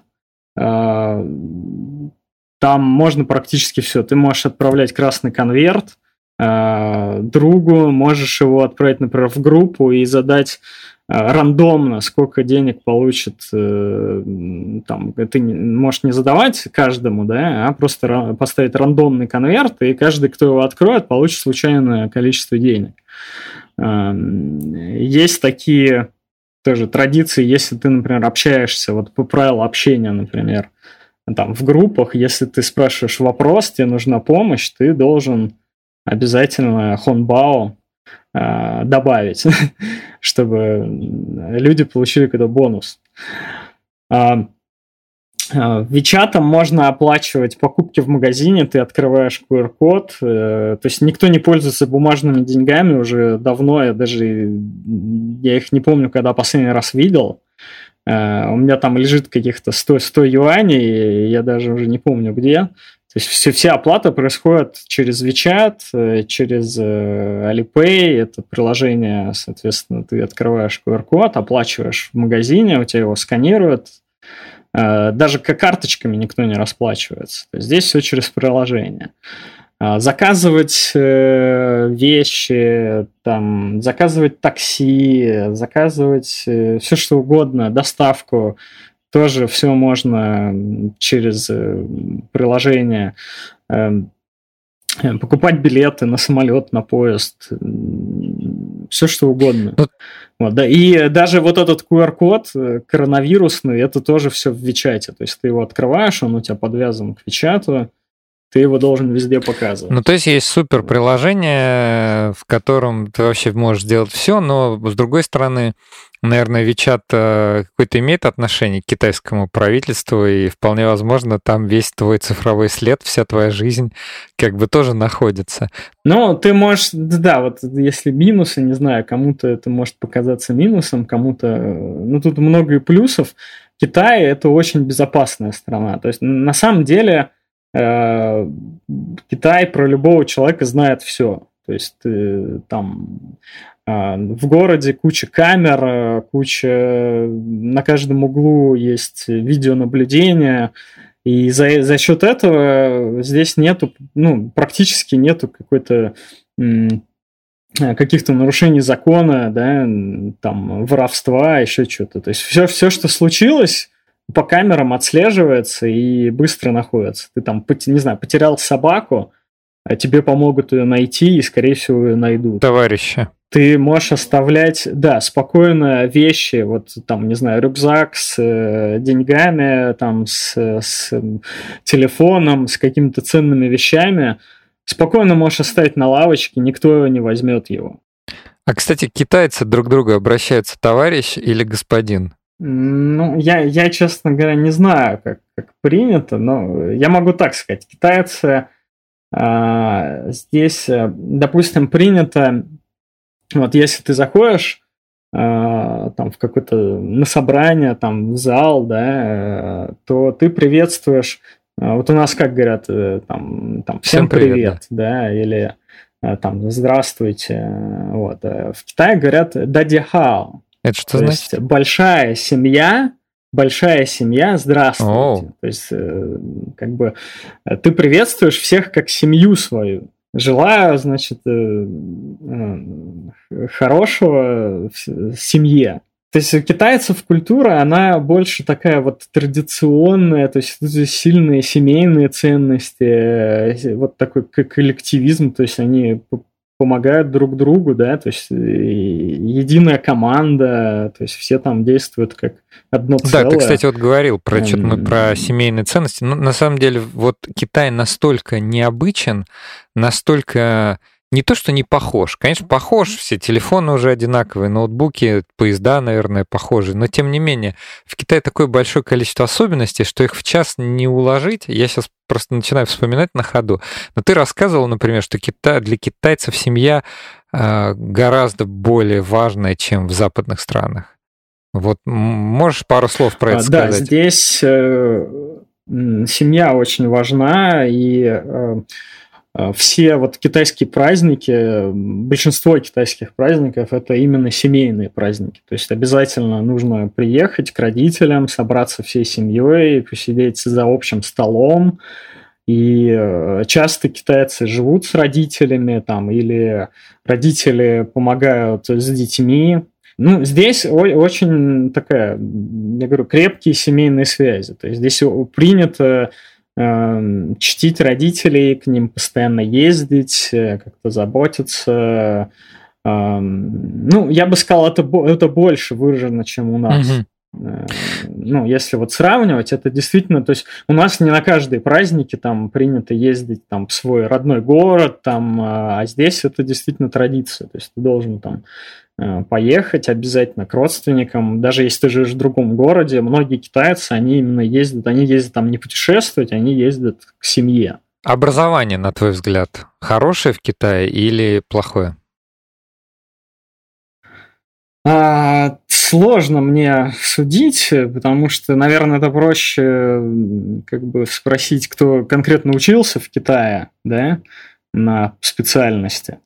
там можно практически все. Ты можешь отправлять красный конверт другу, можешь его отправить, например, в группу и задать рандомно, сколько денег получит. Там, ты можешь не задавать каждому, да, а просто поставить рандомный конверт, и каждый, кто его откроет, получит случайное количество денег. Есть такие тоже традиции, если ты, например, общаешься, вот по правилу общения, например, там в группах, если ты спрашиваешь вопрос, тебе нужна помощь, ты должен обязательно хонбао добавить, чтобы люди получили какой-то бонус. WeChat можно оплачивать покупки в магазине, ты открываешь QR-код, то есть никто не пользуется бумажными деньгами уже давно, я их не помню, когда последний раз видел. У меня там лежит каких-то 100 юаней, я даже уже не помню где. То есть вся оплата происходит через WeChat, через Alipay, это приложение, соответственно, ты открываешь QR-код, оплачиваешь в магазине, у тебя его сканируют. Даже карточками никто не расплачивается. То есть здесь все через приложение. Заказывать вещи, там, заказывать такси, заказывать все что угодно, доставку, тоже все можно через приложение. Покупать билеты на самолет, на поезд, все что угодно. Вот, да. И даже вот этот QR-код коронавирусный, это тоже все в WeChat. То есть ты его открываешь, он у тебя подвязан к WeChat, ты его должен везде показывать. Ну, то есть супер приложение, в котором ты вообще можешь делать все, но, с другой стороны, наверное, WeChat какое-то имеет отношение к китайскому правительству, и вполне возможно, там весь твой цифровой след, вся твоя жизнь как бы тоже находится. Ну, ты можешь, да, вот если минусы, не знаю, кому-то это может показаться минусом, кому-то... Ну, тут много и плюсов. Китай – это очень безопасная страна. То есть, на самом деле... Китай про любого человека знает все. То есть там в городе куча камер, на каждом углу есть видеонаблюдение, и за счет этого здесь нету, ну, практически нету каких-то нарушений закона, да, там, воровства, еще что-то. То есть все, что случилось, по камерам отслеживается и быстро находится. Ты там, не знаю, потерял собаку, а тебе помогут ее найти и, скорее всего, ее найдут. Товарища. ты можешь оставлять, да, спокойно вещи, вот там, не знаю, рюкзак с деньгами, там, с телефоном, с какими-то ценными вещами, спокойно можешь оставить на лавочке, никто не возьмет его. А, кстати, китайцы друг к другу обращаются товарищ или господин? Ну, я, честно говоря, не знаю, как принято, но я могу так сказать. Китайцы здесь, допустим, принято, вот если ты заходишь там в какое-то на собрание, там в зал, да, то ты приветствуешь, вот у нас как говорят, там всем привет, да, или там здравствуйте, вот. В Китае говорят дадихао. Это что значит? Есть большая семья, здравствуйте. То есть как бы ты приветствуешь всех как семью свою. Желаю, значит, хорошего семье. То есть у китайцев культура, она больше такая вот традиционная, то есть сильные семейные ценности, вот такой коллективизм, то есть они помогают друг другу, да, то есть единая команда, то есть все там действуют как одно целое. Да, ты, кстати, вот говорил про семейные ценности. Ну, на самом деле, вот Китай настолько необычен, настолько не то, что не похож. Конечно, похож, все телефоны уже одинаковые, ноутбуки, поезда, наверное, похожи, но тем не менее, в Китае такое большое количество особенностей, что их в час не уложить. Я сейчас просто начинаю вспоминать на ходу. Но ты рассказывал, например, что для китайцев семья гораздо более важная, чем в западных странах. Вот можешь пару слов про это сказать? Да, здесь семья очень важна, и все вот китайские праздники, большинство китайских праздников – это именно семейные праздники. То есть обязательно нужно приехать к родителям, собраться всей семьей, посидеть за общим столом. И часто китайцы живут с родителями, там, или родители помогают с детьми. Ну, здесь очень такая, я говорю, крепкие семейные связи. То есть здесь принято чтить родителей, к ним постоянно ездить, как-то заботиться. Ну, я бы сказал, это больше выражено, чем у нас. Ну, если вот сравнивать, это действительно, то есть у нас не на каждые праздники там принято ездить там в свой родной город, там, а здесь это действительно традиция. То есть ты должен там поехать обязательно к родственникам, даже если ты живешь в другом городе. Многие китайцы, они именно ездят там не путешествовать, они ездят к семье. Образование, на твой взгляд, хорошее в Китае или плохое? Сложно мне судить, потому что, наверное, это проще как бы спросить, кто конкретно учился в Китае, да, на специальности.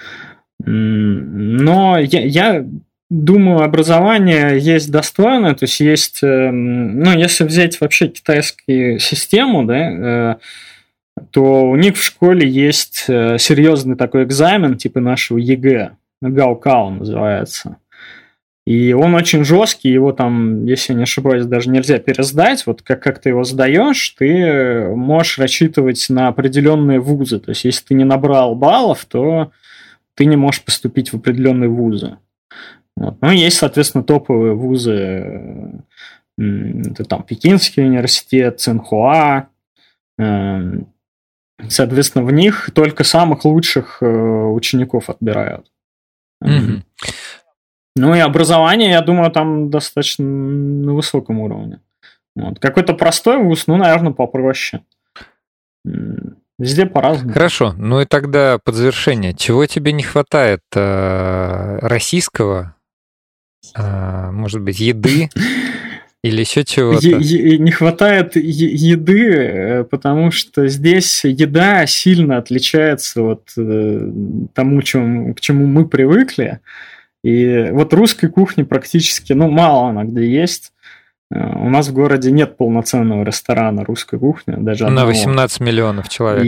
Но я думаю, образование есть достойное, то есть есть, ну, если взять вообще китайскую систему, да, то у них в школе есть серьезный такой экзамен, типа нашего ЕГЭ, Гаокао называется. И он очень жесткий, его там, если я не ошибаюсь, даже нельзя пересдать. Вот как ты его сдаешь, ты можешь рассчитывать на определенные вузы. То есть, если ты не набрал баллов, то ты не можешь поступить в определенные вузы. Вот. Ну, есть, соответственно, топовые вузы. Это там Пекинский университет, Цинхуа. Соответственно, в них только самых лучших учеников отбирают. Mm-hmm. Ну и образование, я думаю, там достаточно на высоком уровне. Вот. Какой-то простой вуз, ну, наверное, попроще. Везде по-разному. Хорошо, ну и тогда под завершение. Чего тебе не хватает российского, может быть, еды или еще чего-то? Не хватает еды, потому что здесь еда сильно отличается от тому, к чему мы привыкли. И вот русской кухни практически, ну, мало она где есть. У нас в городе нет полноценного ресторана русской кухни, даже одного. На 18 миллионов человек.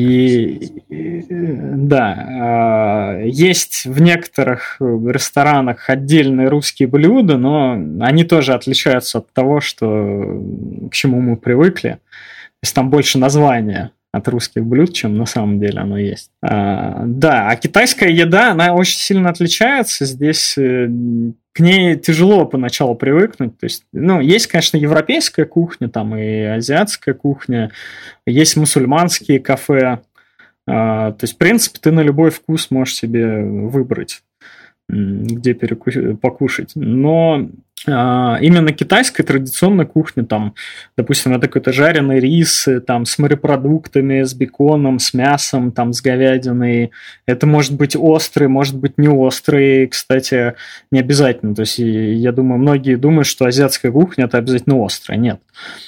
Да, есть в некоторых ресторанах отдельные русские блюда, но они тоже отличаются от того, к чему мы привыкли. То есть там больше названия от русских блюд, чем на самом деле оно есть. Да, а китайская еда, она очень сильно отличается. Здесь к ней тяжело поначалу привыкнуть. То есть, есть, конечно, европейская кухня, там и азиатская кухня, есть мусульманские кафе. То есть, в принципе, ты на любой вкус можешь себе выбрать, где покушать. Но именно китайская традиционная кухня, там, допустим, это какой-то жареный рис, там, с морепродуктами, с беконом, с мясом, там, с говядиной. Это может быть острый, может быть не острый. Кстати, не обязательно. То есть, я думаю, многие думают, что азиатская кухня – это обязательно острая. Нет.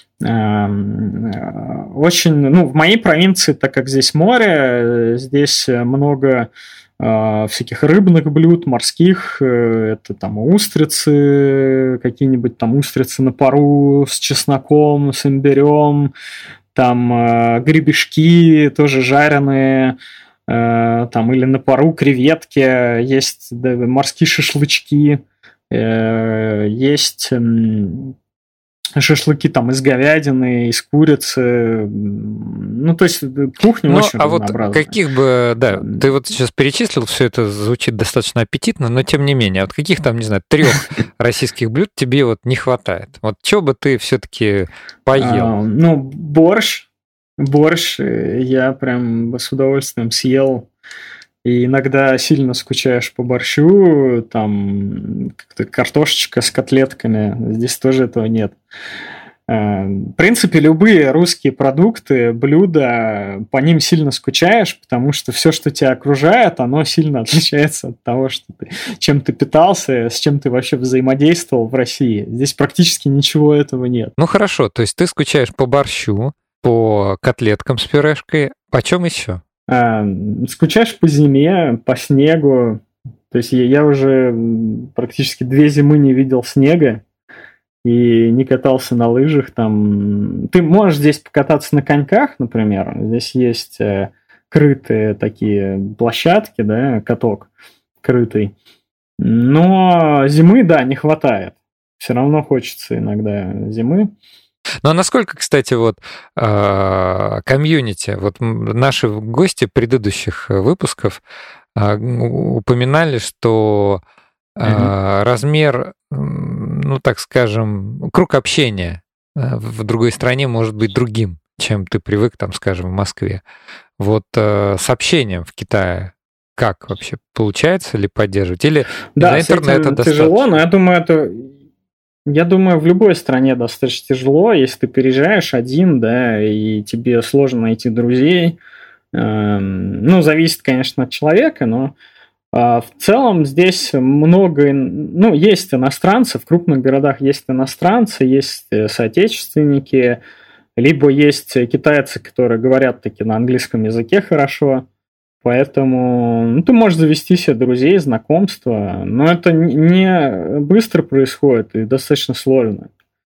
Очень, в моей провинции, так как здесь море, здесь много всяких рыбных блюд, морских, это там устрицы, какие-нибудь там устрицы на пару с чесноком, с имбирем, там гребешки тоже жареные, там или на пару креветки, есть морские шашлычки, есть шашлыки там из говядины, из курицы. То есть кухня очень разнообразная. Вот каких бы, ты вот сейчас перечислил, все это звучит достаточно аппетитно, но тем не менее, вот каких там, не знаю, 3 российских блюд тебе вот не хватает? Вот чего бы ты все-таки поел? Борщ. Борщ я прям с удовольствием съел. И иногда сильно скучаешь по борщу, там как-то картошечка с котлетками, здесь тоже этого нет. В принципе, любые русские продукты, блюда, по ним сильно скучаешь, потому что все, что тебя окружает, оно сильно отличается от того, чем ты питался, с чем ты вообще взаимодействовал в России. Здесь практически ничего этого нет. Хорошо, то есть ты скучаешь по борщу, по котлеткам с пюрешкой, по чем еще? Скучаешь по зиме, по снегу. То есть я уже практически 2 зимы не видел снега и не катался на лыжах. Там. Ты можешь здесь покататься на коньках, например. Здесь есть крытые такие площадки, да, каток крытый. Но зимы, да, не хватает. Все равно хочется иногда зимы. Ну, а насколько, кстати, комьюнити, наши гости предыдущих выпусков упоминали, что размер, так скажем, круг общения в другой стране может быть другим, чем ты привык, там, скажем, в Москве. С общением в Китае как вообще? Получается ли поддерживать? Или на интернете достаточно? Тяжело, но я думаю, в любой стране достаточно тяжело, если ты переезжаешь один, да, и тебе сложно найти друзей. Зависит, конечно, от человека, но в целом здесь много, есть иностранцы, в крупных городах есть иностранцы, есть соотечественники, либо есть китайцы, которые говорят таки на английском языке хорошо. Поэтому ты можешь завести себе друзей, знакомства, но это не быстро происходит и достаточно сложно.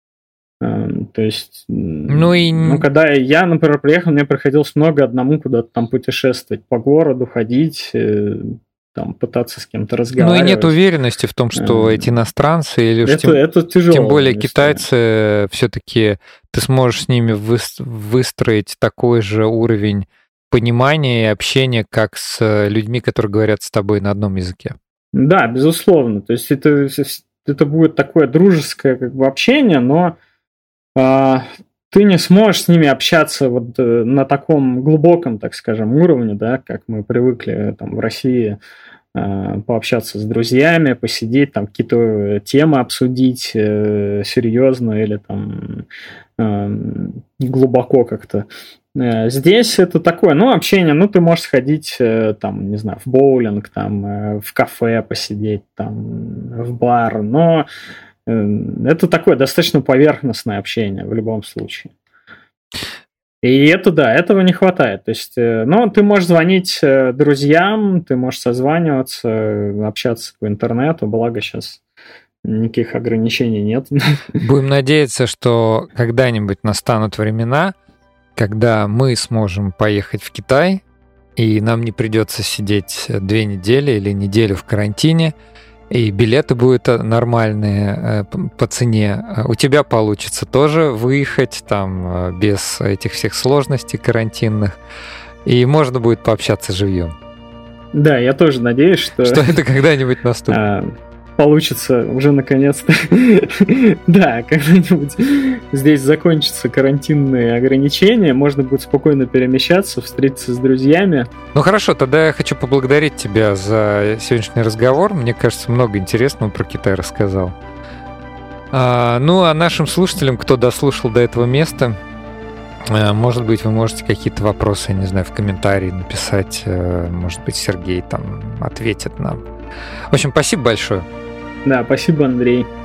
То есть, когда я, например, приехал, мне приходилось много одному куда-то там путешествовать по городу, ходить, там пытаться с кем-то разговаривать. И нет уверенности в том, что эти иностранцы, или это тяжело, тем более китайцы, все-таки ты сможешь с ними выстроить такой же уровень понимания и общения, как с людьми, которые говорят с тобой на одном языке. Да, безусловно. То есть это будет такое дружеское общение, но ты не сможешь с ними общаться на таком глубоком, так скажем, уровне, да, как мы привыкли там в России пообщаться с друзьями, посидеть, там какие-то темы обсудить серьезно или там глубоко как-то. Здесь это такое, общение, ты можешь сходить, там, не знаю, в боулинг, там, в кафе посидеть, там, в бар, но это такое достаточно поверхностное общение в любом случае. И этого не хватает. То есть, ты можешь звонить друзьям, ты можешь созваниваться, общаться по интернету, благо сейчас никаких ограничений нет. Будем надеяться, что когда-нибудь настанут времена, когда мы сможем поехать в Китай, и нам не придется сидеть 2 недели или неделю в карантине, и билеты будут нормальные по цене. У тебя получится тоже выехать там без этих всех сложностей карантинных, и можно будет пообщаться живьем. Да, я тоже надеюсь, что это когда-нибудь наступит. Получится уже наконец-то. Да, когда-нибудь здесь закончатся карантинные ограничения, можно будет спокойно перемещаться, встретиться с друзьями. Ну хорошо, тогда я хочу поблагодарить тебя за сегодняшний разговор. Мне кажется, много интересного про Китай рассказал. Ну, а нашим слушателям, кто дослушал до этого места, может быть, вы можете какие-то вопросы, я не знаю, в комментарии написать. Может быть, Сергей там ответит нам. В общем, спасибо большое. Да, спасибо, Андрей.